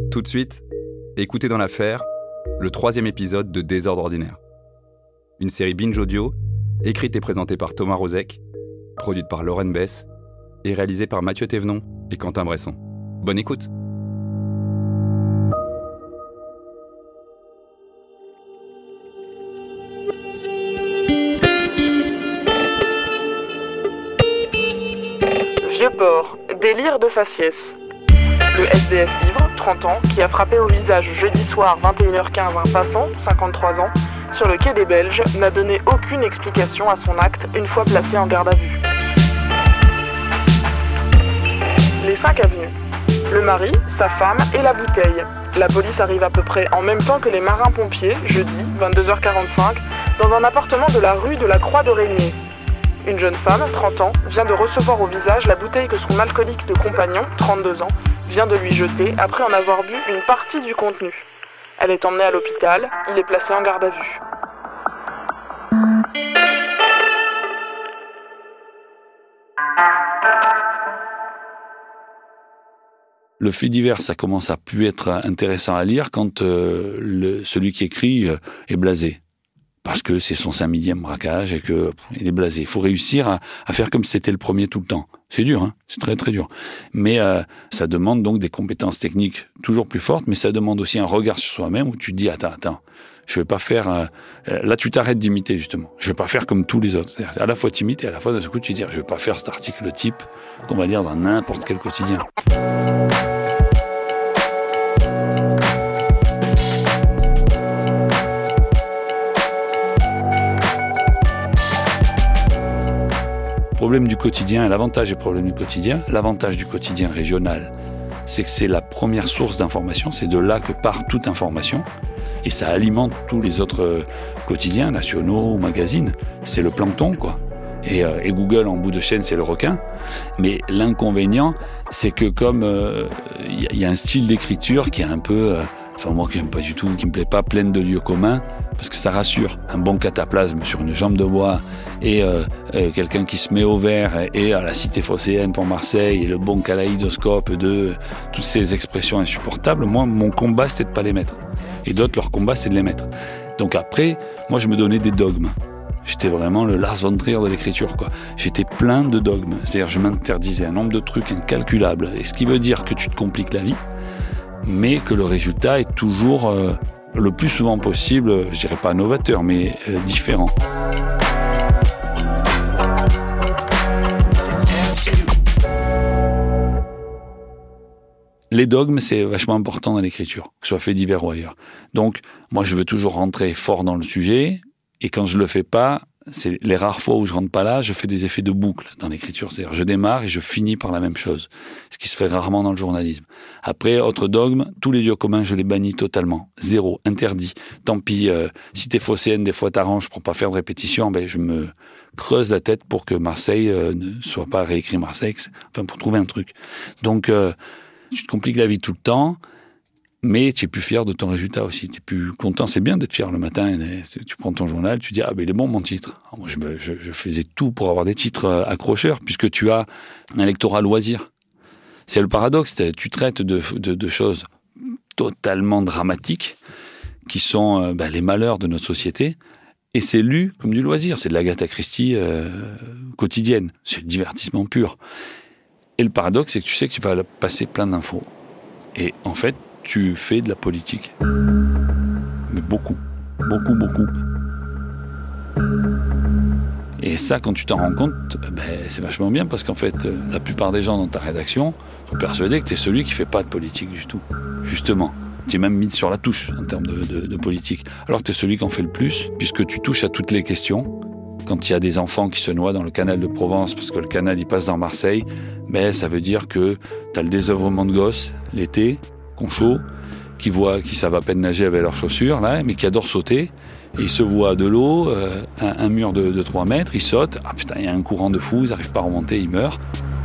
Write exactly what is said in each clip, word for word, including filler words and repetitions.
Tout de suite, écoutez dans l'affaire le troisième épisode de Désordre ordinaire. Une série binge audio, écrite et présentée par Thomas Rozek, produite par Lauren Bess et réalisée par Mathieu Thévenon et Quentin Bresson. Bonne écoute. Vieux-Port, délire de faciès. Le S D F ivre, trente ans, qui a frappé au visage jeudi soir vingt et une heures quinze un passant, cinquante-trois ans, sur le quai des Belges, n'a donné aucune explication à son acte une fois placé en garde à vue. Les cinq avenues. Le mari, sa femme et la bouteille. La police arrive à peu près en même temps que les marins-pompiers, jeudi, vingt-deux heures quarante-cinq, dans un appartement de la rue de la Croix de Régnier. Une jeune femme, trente ans, vient de recevoir au visage la bouteille que son alcoolique de compagnon, trente-deux ans, vient de lui jeter après en avoir bu une partie du contenu. Elle est emmenée à l'hôpital, il est placé en garde à vue. Le fait divers, ça commence à plus être intéressant à lire quand euh, le, celui qui écrit euh, est blasé. Parce que c'est son cinq millième braquage et que pff, il est blasé. Il faut réussir à, à faire comme si c'était le premier tout le temps. C'est dur, hein, c'est très très dur. Mais euh, ça demande donc des compétences techniques toujours plus fortes, mais ça demande aussi un regard sur soi-même où tu te dis attends, attends, je vais pas faire. Euh, là, tu t'arrêtes d'imiter justement. Je vais pas faire comme tous les autres. C'est-à-dire, à la fois t'imites et à la fois d'un coup tu te dis je vais pas faire cet article type qu'on va lire dans n'importe quel quotidien. Problème du quotidien, l'avantage et problème du quotidien, l'avantage du quotidien régional, c'est que c'est la première source d'information, c'est de là que part toute information, et ça alimente tous les autres quotidiens, nationaux, magazines, c'est le plancton, quoi. Et, euh, et Google, en bout de chaîne, c'est le requin. Mais l'inconvénient, c'est que comme il euh, y, y a un style d'écriture qui est un peu... Euh, Enfin, moi, que j'aime pas du tout, qui me plaît pas, pleine de lieux communs, parce que ça rassure. Un bon cataplasme sur une jambe de bois, et euh, euh, quelqu'un qui se met au vert, et à la cité phocéenne pour Marseille, et le bon kaléidoscope de euh, toutes ces expressions insupportables. Moi, mon combat, c'était de pas les mettre. Et d'autres, leur combat, c'est de les mettre. Donc après, moi, je me donnais des dogmes. J'étais vraiment le Lars von Trier de l'écriture, quoi. J'étais plein de dogmes. C'est-à-dire, je m'interdisais un nombre de trucs incalculables. Et ce qui veut dire que tu te compliques la vie, mais que le résultat est toujours, euh, le plus souvent possible, je dirais pas novateur, mais euh, différent. Les dogmes, c'est vachement important dans l'écriture, que ce soit fait divers ou ailleurs. Donc, moi, je veux toujours rentrer fort dans le sujet, et quand je le fais pas, c'est les rares fois où je rentre pas là, je fais des effets de boucle dans l'écriture. C'est-à-dire, je démarre et je finis par la même chose. Ce qui se fait rarement dans le journalisme. Après, autre dogme, tous les lieux communs, je les bannis totalement. Zéro, interdit. Tant pis, euh, si t'es phocéenne, des fois t'arranges pour pas faire de répétition, ben, je me creuse la tête pour que Marseille euh, ne soit pas réécrit Marseille, enfin, pour trouver un truc. Donc, euh, tu te compliques la vie tout le temps. Mais tu es plus fier de ton résultat aussi. Tu es plus content. C'est bien d'être fier le matin. Tu prends ton journal, tu dis ah ben il est bon mon titre. Alors moi je, me, je, je faisais tout pour avoir des titres accrocheurs puisque tu as un lectorat loisir. C'est le paradoxe. Tu traites de, de, de choses totalement dramatiques qui sont euh, ben, les malheurs de notre société et c'est lu comme du loisir. C'est de l'Agatha Christie euh, quotidienne. C'est le divertissement pur. Et le paradoxe c'est que tu sais que tu vas passer plein d'infos. Et en fait tu fais de la politique. Mais beaucoup. Beaucoup, beaucoup. Et ça, quand tu t'en rends compte, ben, c'est vachement bien parce qu'en fait, la plupart des gens dans ta rédaction sont persuadés que tu es celui qui fait pas de politique du tout. Justement. Tu es même mis sur la touche en termes de, de, de politique. Alors que tu es celui qui en fait le plus, puisque tu touches à toutes les questions. Quand il y a des enfants qui se noient dans le canal de Provence parce que le canal il passe dans Marseille, ben, ça veut dire que tu as le désœuvrement de gosses l'été, conchos, qui voient, qui savent à peine nager avec leurs chaussures, là, mais qui adorent sauter. Et ils se voient de l'eau, euh, un, un mur de, de trois mètres, ils sautent. Ah putain, il y a un courant de fou, ils n'arrivent pas à remonter, ils meurent.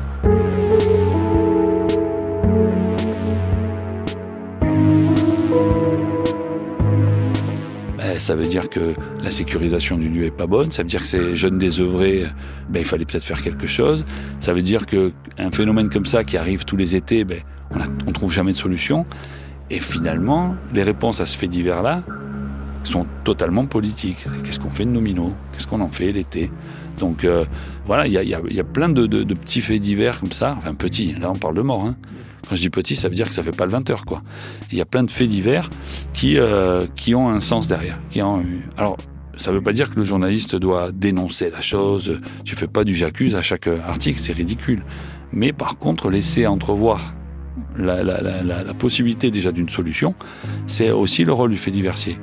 Ben, ça veut dire que la sécurisation du lieu est pas bonne. Ça veut dire que ces jeunes désœuvrés, ben, il fallait peut-être faire quelque chose. Ça veut dire qu'un phénomène comme ça qui arrive tous les étés, ben, on ne trouve jamais de solution. Et finalement, les réponses à ce fait divers-là sont totalement politiques. Qu'est-ce qu'on fait de nos minots ? Qu'est-ce qu'on en fait l'été ? Donc euh, voilà, il y a, y, a, y a plein de, de, de petits faits divers comme ça. Enfin petits, là on parle de mort. Hein. Quand je dis petit, ça veut dire que ça fait pas le vingt heures, quoi. Il y a plein de faits divers qui, euh, qui ont un sens derrière. Qui ont... Alors, ça veut pas dire que le journaliste doit dénoncer la chose. Tu fais pas du j'accuse à chaque article, c'est ridicule. Mais par contre, laisser entrevoir la, la, la, la, la possibilité déjà d'une solution, c'est aussi le rôle du fait diversier.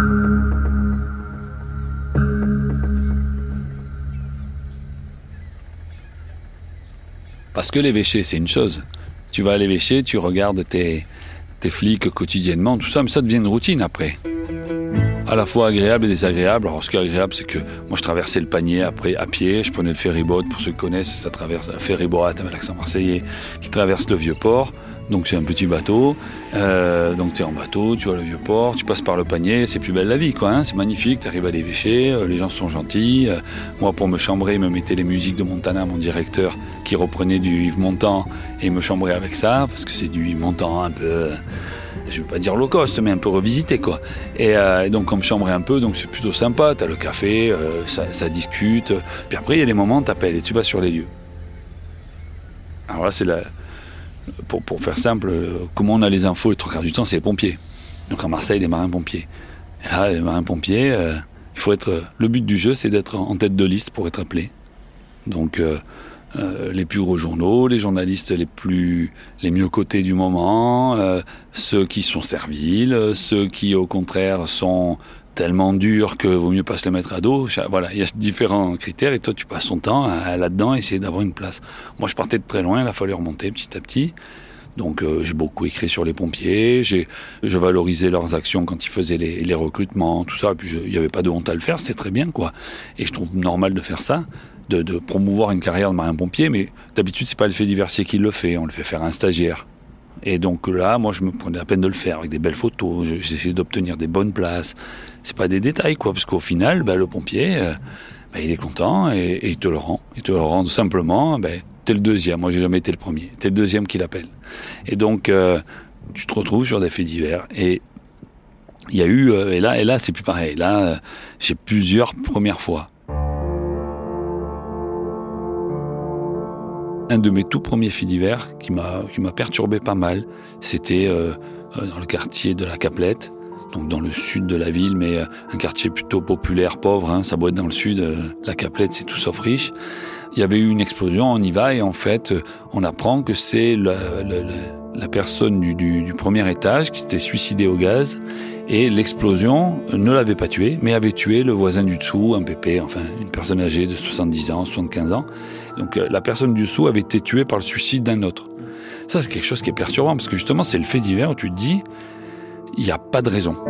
Parce que l'évêché, c'est une chose. Tu vas à l'évêché, tu regardes tes, tes flics quotidiennement, tout ça, mais ça devient une routine après. À la fois agréable et désagréable. Alors, ce qui est agréable, c'est que moi, je traversais le Panier après à pied. Je prenais le ferryboat, pour ceux qui connaissent, ça traverse le ferryboat avec l'accent marseillais, qui traverse le Vieux-Port. Donc, c'est un petit bateau. Euh, donc, tu es en bateau, tu vois le Vieux-Port, tu passes par le Panier. C'est plus belle la vie, quoi. Hein, c'est magnifique. Tu arrives à l'évêché, euh, les gens sont gentils. Euh, moi, pour me chambrer, ils me mettaient les musiques de Montana, mon directeur, qui reprenait du Yves Montand, et il me chambrait avec ça, parce que c'est du Yves Montand un peu... Euh, je veux pas dire low cost, mais un peu revisité, quoi. Et, euh, et donc on me chambrait un peu, donc c'est plutôt sympa. T'as le café, euh, ça, ça discute. Puis après il y a des moments, t'appelles et tu vas sur les lieux. Alors là c'est la, pour pour faire simple, comment on a les infos les trois quarts du temps, c'est les pompiers. Donc à Marseille les marins-pompiers. Et là les marins-pompiers, euh, il faut être. Le but du jeu, c'est d'être en tête de liste pour être appelé. Donc euh, Euh, les plus gros journaux, les journalistes les plus les mieux cotés du moment, euh, ceux qui sont serviles, ceux qui au contraire sont tellement durs que vaut mieux pas se les mettre à dos. Voilà, il y a différents critères et toi tu passes ton temps à, à, là-dedans à essayer d'avoir une place. Moi je partais de très loin, il a fallu remonter petit à petit. Donc euh, j'ai beaucoup écrit sur les pompiers, j'ai je valorisais leurs actions quand ils faisaient les, les recrutements, tout ça. Et puis il y avait pas de honte à le faire, c'était très bien, quoi. Et je trouve normal de faire ça. De, de promouvoir une carrière de marin-pompier, mais d'habitude, c'est pas le fait diversier qui le fait, on le fait faire à un stagiaire. Et donc là, moi, je me prenais la peine de le faire avec des belles photos, j'essayais d'obtenir des bonnes places. C'est pas des détails, quoi, parce qu'au final, bah, le pompier, euh, bah, il est content et, et il te le rend. Il te le rend tout simplement, bah, t'es le deuxième, moi j'ai jamais été le premier, t'es le deuxième qui l'appelle. Et donc, euh, tu te retrouves sur des faits divers. Et il y a eu, euh, et là, et là, c'est plus pareil. Là, euh, j'ai plusieurs premières fois. Un de mes tout premiers faits divers qui m'a, qui m'a perturbé pas mal, c'était euh, dans le quartier de la Caplette, donc dans le sud de la ville, mais euh, un quartier plutôt populaire, pauvre, hein, ça doit être dans le sud, euh, la Caplette c'est tout sauf riche. Il y avait eu une explosion, on y va et en fait on apprend que c'est la, la, la personne du, du, du premier étage qui s'était suicidée au gaz et l'explosion ne l'avait pas tué, mais avait tué le voisin du dessous, un pépé, enfin une personne âgée de soixante-dix ans, soixante-quinze ans. Donc la personne du dessous avait été tuée par le suicide d'un autre. Ça, c'est quelque chose qui est perturbant, parce que justement, c'est le fait divers où tu te dis, il n'y a pas de raison.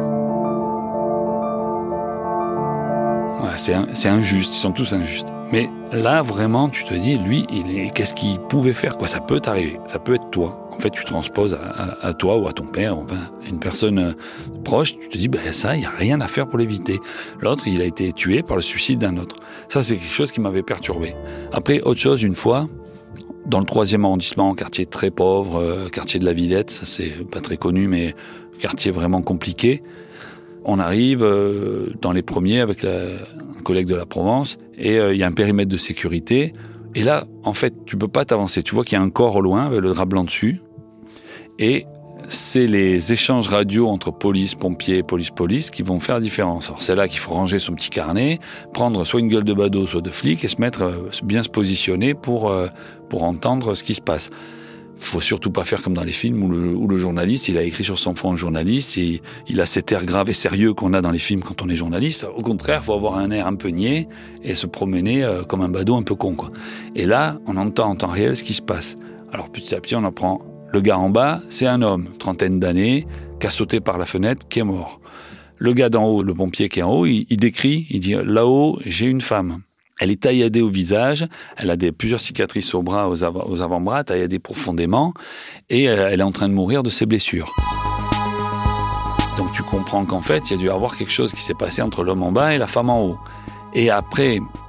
Voilà, c'est, un, c'est injuste, ils sont tous injustes. Mais là, vraiment, tu te dis, lui, il est, qu'est-ce qu'il pouvait faire, quoi ? Ça peut t'arriver, ça peut être toi. En fait, tu transposes à, à, à toi ou à ton père, enfin, une personne proche, tu te dis, ben ça, il n'y a rien à faire pour l'éviter. L'autre, il a été tué par le suicide d'un autre. Ça, c'est quelque chose qui m'avait perturbé. Après, autre chose, une fois, dans le troisième arrondissement, quartier très pauvre, euh, quartier de la Villette, ça c'est pas très connu, mais quartier vraiment compliqué. On arrive euh, dans les premiers avec la, un collègue de la Provence, et il euh, y a un périmètre de sécurité. Et là, en fait, tu peux pas t'avancer. Tu vois qu'il y a un corps au loin avec le drap blanc dessus. Et c'est les échanges radio entre police, pompiers, police, police qui vont faire la différence. Alors c'est là qu'il faut ranger son petit carnet, prendre soit une gueule de badaud, soit de flic et se mettre, euh, bien se positionner pour, euh, pour entendre ce qui se passe. Faut surtout pas faire comme dans les films où le, où le journaliste, il a écrit sur son front journaliste et il a cet air grave et sérieux qu'on a dans les films quand on est journaliste. Au contraire, faut avoir un air un peu niais et se promener euh, comme un badaud un peu con, quoi. Et là, on entend en temps réel ce qui se passe. Alors petit à petit, on apprend. Le gars en bas, c'est un homme, trentaine d'années, qui a sauté par la fenêtre, qui est mort. Le gars d'en haut, le pompier qui est en haut, il, il décrit, il dit « Là-haut, j'ai une femme. Elle est tailladée au visage, elle a des, plusieurs cicatrices aux bras, aux, av- aux avant-bras, tailladée profondément, et euh, elle est en train de mourir de ses blessures. » Donc tu comprends qu'en fait, il y a dû y avoir quelque chose qui s'est passé entre l'homme en bas et la femme en haut. Et après,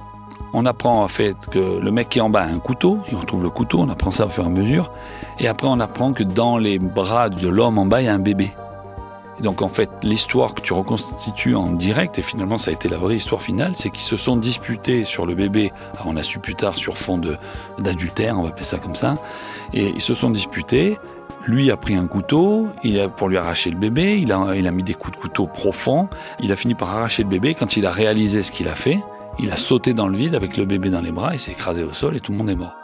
On apprend en fait que le mec qui est en bas a un couteau, il retrouve le couteau, on apprend ça au fur et à mesure, et après on apprend que dans les bras de l'homme en bas, il y a un bébé. Et donc en fait, l'histoire que tu reconstitues en direct, et finalement ça a été la vraie histoire finale, c'est qu'ils se sont disputés sur le bébé, alors on a su plus tard sur fond de, d'adultère, on va appeler ça comme ça, et ils se sont disputés. Lui a pris un couteau, il a, pour lui arracher le bébé, il a, il a mis des coups de couteau profonds, il a fini par arracher le bébé. Quand il a réalisé ce qu'il a fait, il a sauté dans le vide avec le bébé dans les bras, il s'est écrasé au sol et tout le monde est mort.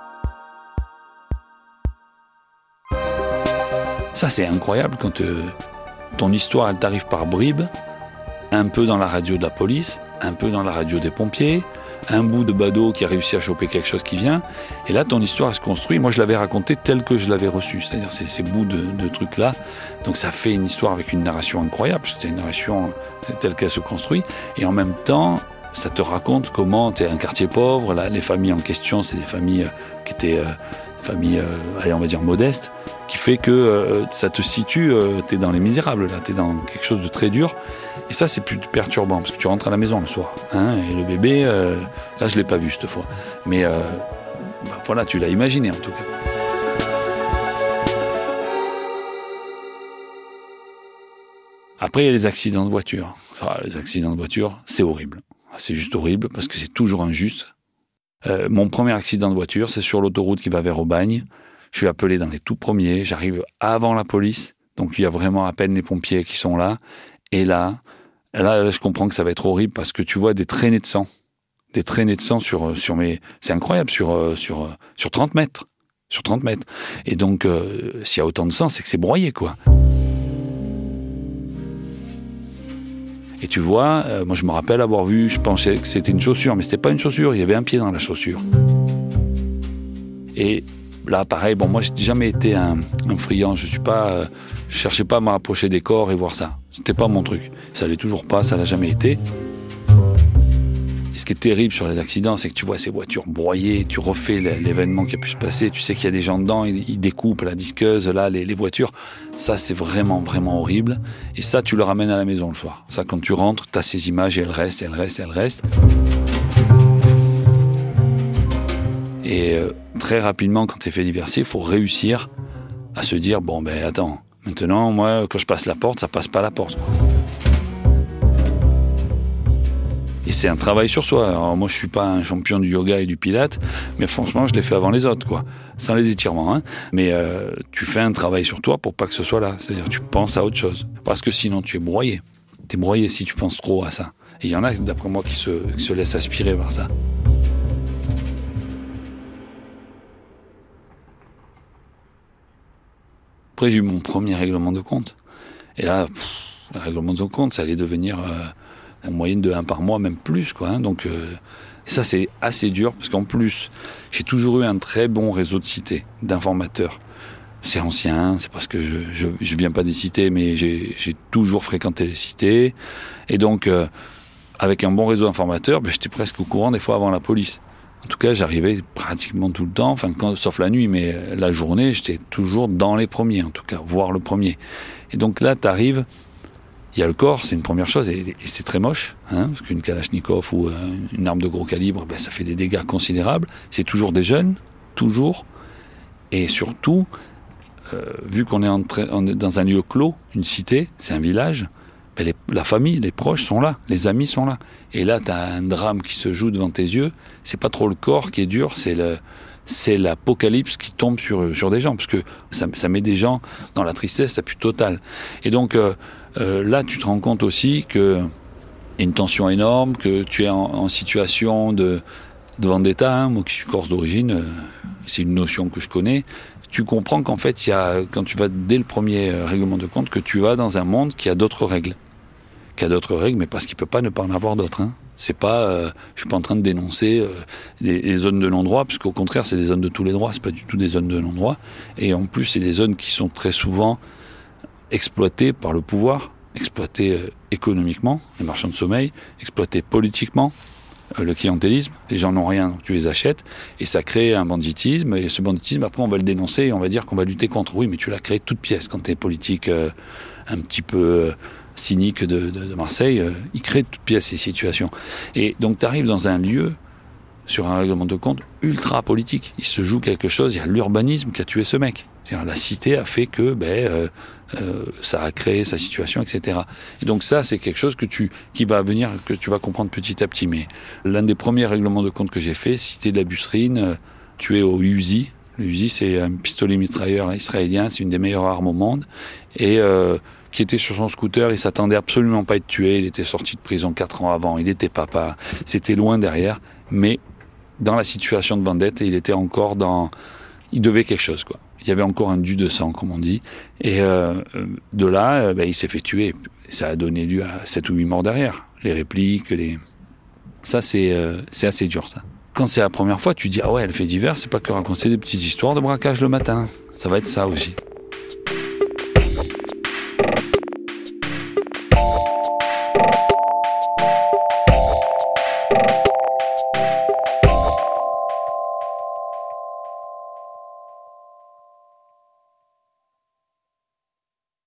Ça c'est incroyable quand euh, ton histoire elle t'arrive par bribes, un peu dans la radio de la police, un peu dans la radio des pompiers, un bout de badaud qui a réussi à choper quelque chose qui vient, et là ton histoire elle se construit. Moi je l'avais racontée telle que je l'avais reçue, c'est-à-dire ces, ces bouts de, de trucs là, donc ça fait une histoire avec une narration incroyable, c'était une narration telle qu'elle se construit, et en même temps ça te raconte comment tu es un quartier pauvre, là, les familles en question c'est des familles euh, qui étaient euh, familles, euh, allez on va dire modestes, qui fait que euh, ça te situe, euh, t'es dans les misérables là, t'es dans quelque chose de très dur. Et ça, c'est plus perturbant, parce que tu rentres à la maison le soir. Hein, et le bébé, euh, là, je l'ai pas vu cette fois. Mais euh, bah, voilà, tu l'as imaginé en tout cas. Après, il y a les accidents de voiture. Ah, les accidents de voiture, c'est horrible. C'est juste horrible, parce que c'est toujours injuste. Euh, mon premier accident de voiture, c'est sur l'autoroute qui va vers Aubagne. Je suis appelé dans les tout premiers, j'arrive avant la police. Donc, il y a vraiment à peine les pompiers qui sont là. Et là, là, là, je comprends que ça va être horrible parce que tu vois des traînées de sang. Des traînées de sang sur, sur mes... C'est incroyable, sur, sur, sur trente mètres. Sur trente mètres. Et donc, euh, s'il y a autant de sang, c'est que c'est broyé, quoi. Et tu vois, euh, moi je me rappelle avoir vu, je pensais que c'était une chaussure, mais c'était pas une chaussure, il y avait un pied dans la chaussure. Et là, pareil, bon, moi, j'ai jamais été un, un friand. Je suis pas, euh, je cherchais pas à me rapprocher des corps et voir ça. C'était pas mon truc. Ça l'est toujours pas, ça l'a jamais été. Et ce qui est terrible sur les accidents, c'est que tu vois ces voitures broyées, tu refais l'événement qui a pu se passer, tu sais qu'il y a des gens dedans, ils, ils découpent la disqueuse, là, les, les voitures. Ça, c'est vraiment, vraiment horrible. Et ça, tu le ramènes à la maison le soir. Ça, quand tu rentres, t'as ces images et elles restent, elles restent, elles restent. Et euh, très rapidement, quand tu es fait divorcer, il faut réussir à se dire, bon, ben attends, maintenant, moi, quand je passe la porte, ça passe pas la porte. Et c'est un travail sur soi. Alors moi, je suis pas un champion du yoga et du pilate, mais franchement, je l'ai fait avant les autres, quoi. Sans les étirements, hein. Mais euh, tu fais un travail sur toi pour pas que ce soit là. C'est-à-dire, tu penses à autre chose. Parce que sinon, tu es broyé. T'es broyé si tu penses trop à ça. Et il y en a, d'après moi, qui se, qui se laissent aspirer par ça. Après, j'ai eu mon premier règlement de compte. Et là, pff, le règlement de compte, ça allait devenir euh, en moyenne de un par mois, même plus, quoi. Hein. Donc, euh, et ça, c'est assez dur, parce qu'en plus, j'ai toujours eu un très bon réseau de cités, d'informateurs. C'est ancien, c'est parce que je, je, je viens pas des cités, mais j'ai, j'ai toujours fréquenté les cités. Et donc, euh, avec un bon réseau d'informateurs, ben, j'étais presque au courant des fois avant la police. En tout cas, j'arrivais pratiquement tout le temps, enfin, quand, sauf la nuit, mais la journée, j'étais toujours dans les premiers, en tout cas, voire le premier. Et donc là, t'arrives, il y a le corps, c'est une première chose, et, et c'est très moche, hein, parce qu'une Kalachnikov ou euh, une arme de gros calibre, ben, ça fait des dégâts considérables. C'est toujours des jeunes, toujours, et surtout, euh, vu qu'on est, en tra- on est dans un lieu clos, une cité, c'est un village, ben les, la famille, les proches sont là, les amis sont là. Et là, tu as un drame qui se joue devant tes yeux. C'est pas trop le corps qui est dur, c'est le, c'est l'apocalypse qui tombe sur, sur des gens, parce que ça, ça met des gens dans la tristesse la plus totale. Et donc euh, euh, là, tu te rends compte aussi que y a une tension énorme, que tu es en, en situation de, de vendetta. Hein. Moi qui suis corse d'origine, euh, c'est une notion que je connais. Tu comprends qu'en fait, il y a, quand tu vas dès le premier règlement de compte, que tu vas dans un monde qui a d'autres règles. Qui a d'autres règles, mais parce qu'il peut pas ne pas en avoir d'autres. Hein. C'est pas, euh, je suis pas en train de dénoncer euh, les, les zones de non-droit, puisqu'au contraire, c'est des zones de tous les droits, c'est pas du tout des zones de non-droit. Et en plus, c'est des zones qui sont très souvent exploitées par le pouvoir, exploitées euh, économiquement, les marchands de sommeil, exploitées politiquement, euh, le clientélisme. Les gens n'ont rien, donc tu les achètes, et ça crée un banditisme. Et ce banditisme, après, on va le dénoncer et on va dire qu'on va lutter contre. Oui, mais tu l'as créé toute pièce quand t'es politique euh, un petit peu euh, cynique de, de, de Marseille, euh, il crée de toutes pièces ces situations. Et donc tu arrives dans un lieu sur un règlement de compte ultra politique. Il se joue quelque chose, il y a l'urbanisme qui a tué ce mec. C'est-à-dire, la cité a fait que ben, euh, euh, ça a créé sa situation, et cetera. Et donc ça, c'est quelque chose que tu, qui va venir, que tu vas comprendre petit à petit. Mais l'un des premiers règlements de compte que j'ai fait, cité de la Busserine, euh, tué au Uzi. Le Uzi, c'est un pistolet mitrailleur israélien, c'est une des meilleures armes au monde. Et euh, qui était sur son scooter, il s'attendait absolument pas à être tué. Il était sorti de prison quatre ans avant, il était papa, c'était loin derrière. Mais dans la situation de vendette, il était encore dans... Il devait quelque chose, quoi. Il y avait encore un dû de sang, comme on dit. Et euh, de là, euh, ben, il s'est fait tuer. Ça a donné lieu à sept ou huit morts derrière. Les répliques, les... Ça, c'est, euh, c'est assez dur, ça. Quand c'est la première fois, tu dis « Ah ouais, le fait divers, c'est pas que raconter des petites histoires de braquage le matin. » Ça va être ça aussi.